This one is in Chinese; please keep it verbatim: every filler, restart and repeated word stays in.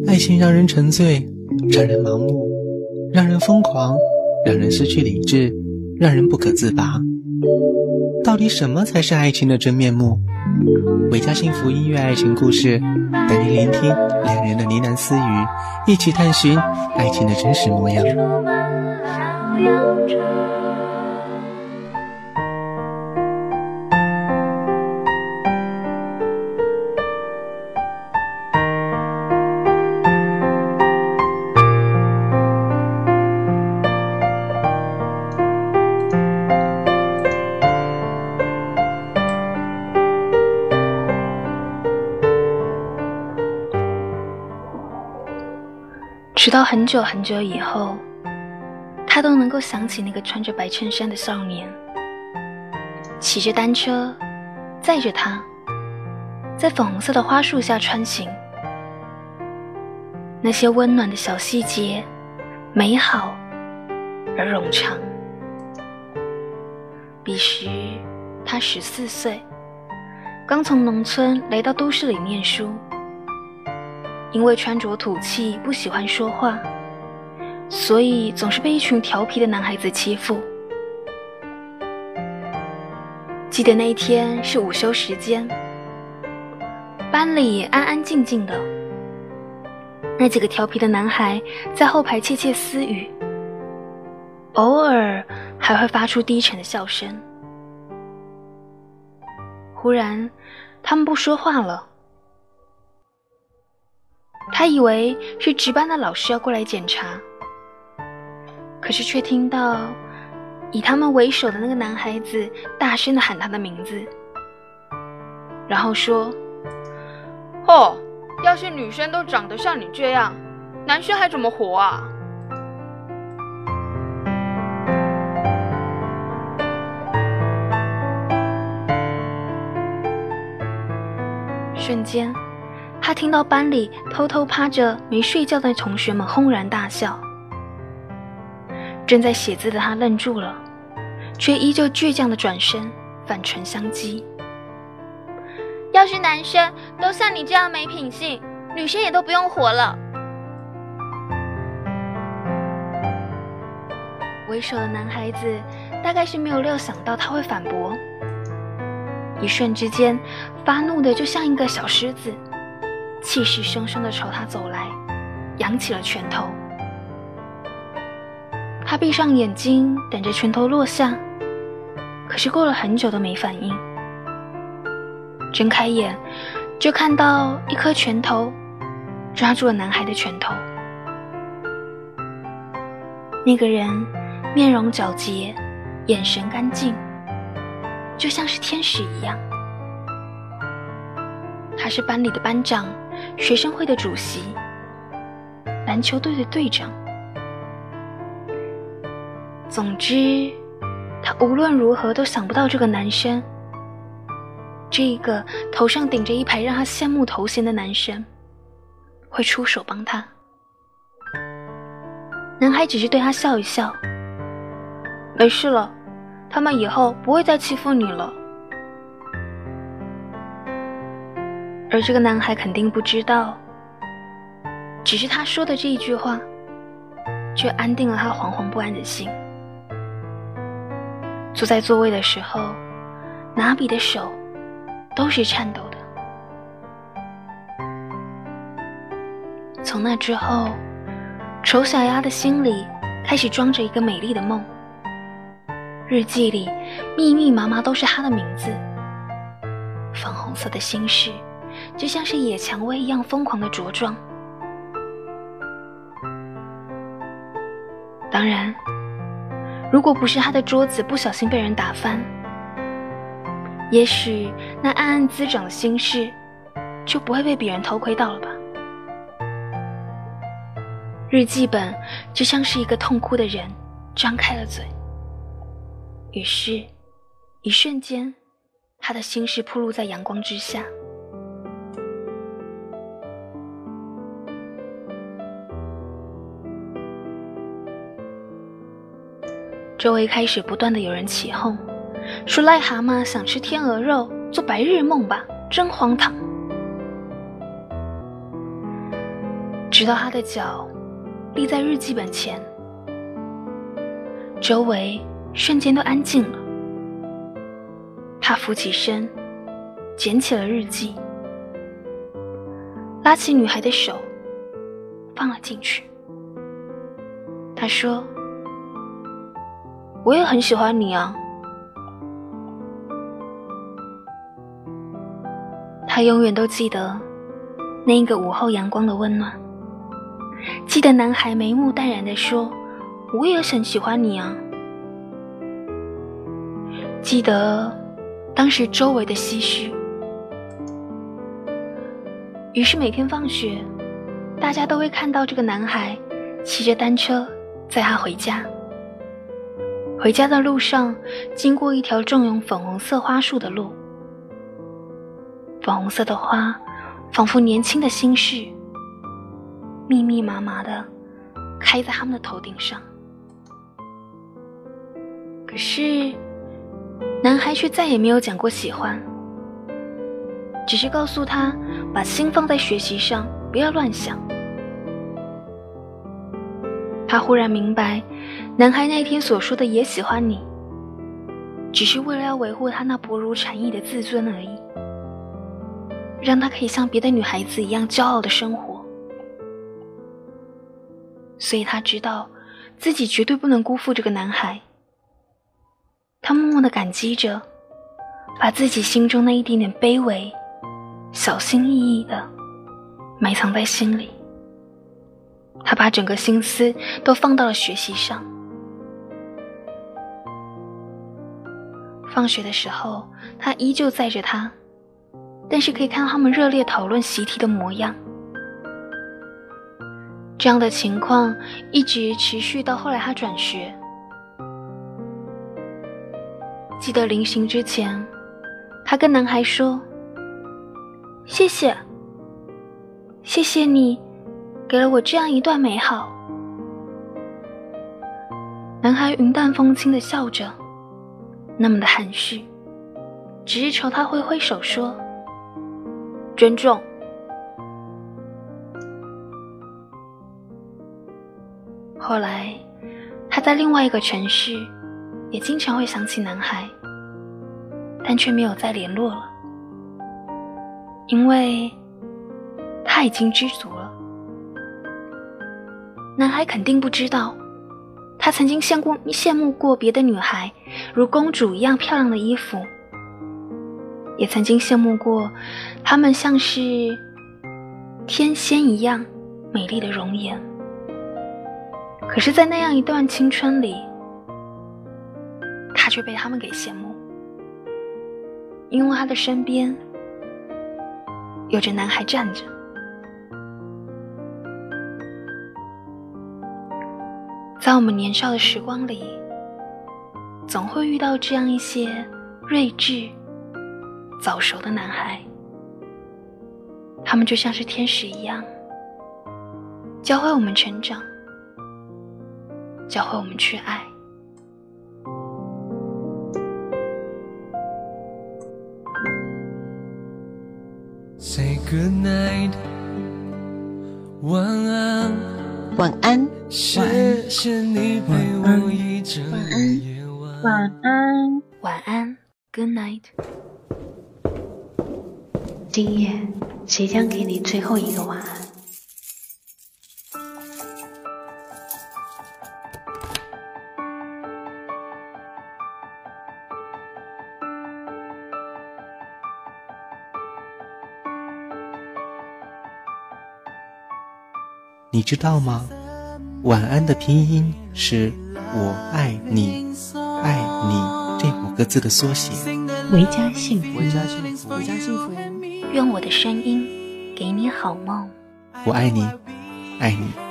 爱情让人沉醉，让人盲目，让人疯狂，让人失去理智，让人不可自拔。到底什么才是爱情的真面目？维嘉幸福音乐爱情故事，带您聆听两人的呢喃私语，一起探寻爱情的真实模样。 直到很久很久以后，他都能够想起那个穿着白衬衫的少年，骑着单车载着他在粉红色的花树下穿行。那些温暖的小细节美好而冗长。彼时他十四岁，刚从农村来到都市里念书，因为穿着土气，不喜欢说话，所以总是被一群调皮的男孩子欺负。记得那一天是午休时间，班里安安静静的，那几个调皮的男孩在后排窃窃私语，偶尔还会发出低沉的笑声。忽然他们不说话了，他以为是值班的老师要过来检查，可是却听到以他们为首的那个男孩子大声地喊他的名字，然后说： 哦，要是女生都长得像你这样，男生还怎么活啊？ 瞬间他听到班里偷偷趴着没睡觉的同学们轰然大笑。正在写字的他愣住了，却依旧倔强地转身反唇相讥： 要是男生都像你这样没品性，女生也都不用活了。 为首的男孩子大概是没有料想到他会反驳，一瞬之间发怒的就像一个小狮子，气势汹汹地朝他走来，扬起了拳头。他闭上眼睛等着拳头落下，可是过了很久都没反应。睁开眼就看到一颗拳头抓住了男孩的拳头。那个人面容皎洁，眼神干净，就像是天使一样。他是班里的班长，学生会的主席，篮球队的队长。总之，他无论如何都想不到这个男生，这个头上顶着一排让他羡慕头衔的男生，会出手帮他。男孩只是对他笑一笑：没事了，他们以后不会再欺负你了。而这个男孩肯定不知道，只是他说的这一句话，却安定了他惶惶不安的心。坐在座位的时候，拿笔的手都是颤抖的。从那之后，丑小鸭的心里开始装着一个美丽的梦，日记里密密麻麻都是他的名字，粉红色的心事就像是野蔷薇一样疯狂的茁壮。当然，如果不是他的桌子不小心被人打翻，也许那暗暗滋长的心事就不会被别人偷窥到了吧。日记本就像是一个痛哭的人张开了嘴，于是一瞬间他的心事暴露在阳光之下。周围开始不断的有人起哄，说癞蛤蟆想吃天鹅肉，做白日梦吧，真荒唐。 直到他的脚立在日记本前，周围瞬间都安静了。他扶起身，捡起了日记，拉起女孩的手，放了进去。他说：我也很喜欢你啊。他永远都记得那一个午后阳光的温暖，记得男孩眉目淡然地说：我也很喜欢你啊。记得当时周围的唏嘘。于是每天放学，大家都会看到这个男孩骑着单车载他回家。回家的路上，经过一条种有粉红色花束的路，粉红色的花仿佛年轻的心事，密密麻麻的开在他们的头顶上。可是男孩却再也没有讲过喜欢，只是告诉他把心放在学习上，不要乱想。他忽然明白，男孩那天所说的也喜欢你，只是为了要维护他那薄如蝉翼的自尊而已，让他可以像别的女孩子一样骄傲的生活。所以他知道自己绝对不能辜负这个男孩。他默默地感激着，把自己心中那一点点卑微小心翼翼地埋藏在心里。他把整个心思都放到了学习上。放学的时候，他依旧载着他，但是可以看到他们热烈讨论习题的模样。这样的情况一直持续到后来他转学。记得临行之前，他跟男孩说：谢谢，谢谢你给了我这样一段美好。男孩云淡风轻地笑着，那么的含蓄，只是朝他挥挥手说：尊重。后来他在另外一个城市也经常会想起男孩，但却没有再联络了，因为他已经知足了。男孩肯定不知道，他曾经羡慕羡慕过别的女孩如公主一样漂亮的衣服，也曾经羡慕过她们像是天仙一样美丽的容颜。可是在那样一段青春里，他却被他们给羡慕，因为他的身边有着男孩站着。在我们年少的时光里，总会遇到这样一些睿智早熟的男孩，他们就像是天使一样，教会我们成长，教会我们去爱。 Say good night， 晚安， 晚安， 谢谢你陪我一整夜晚， 晚安， 晚安 ，Good night。 今夜谁将给你最后一个晚安？ 你知道吗？晚安的拼音是我爱你，爱你这五个字的缩写。 维家幸福， 维家幸福， 维家幸福。 愿我的声音给你好梦。 我爱你，爱你。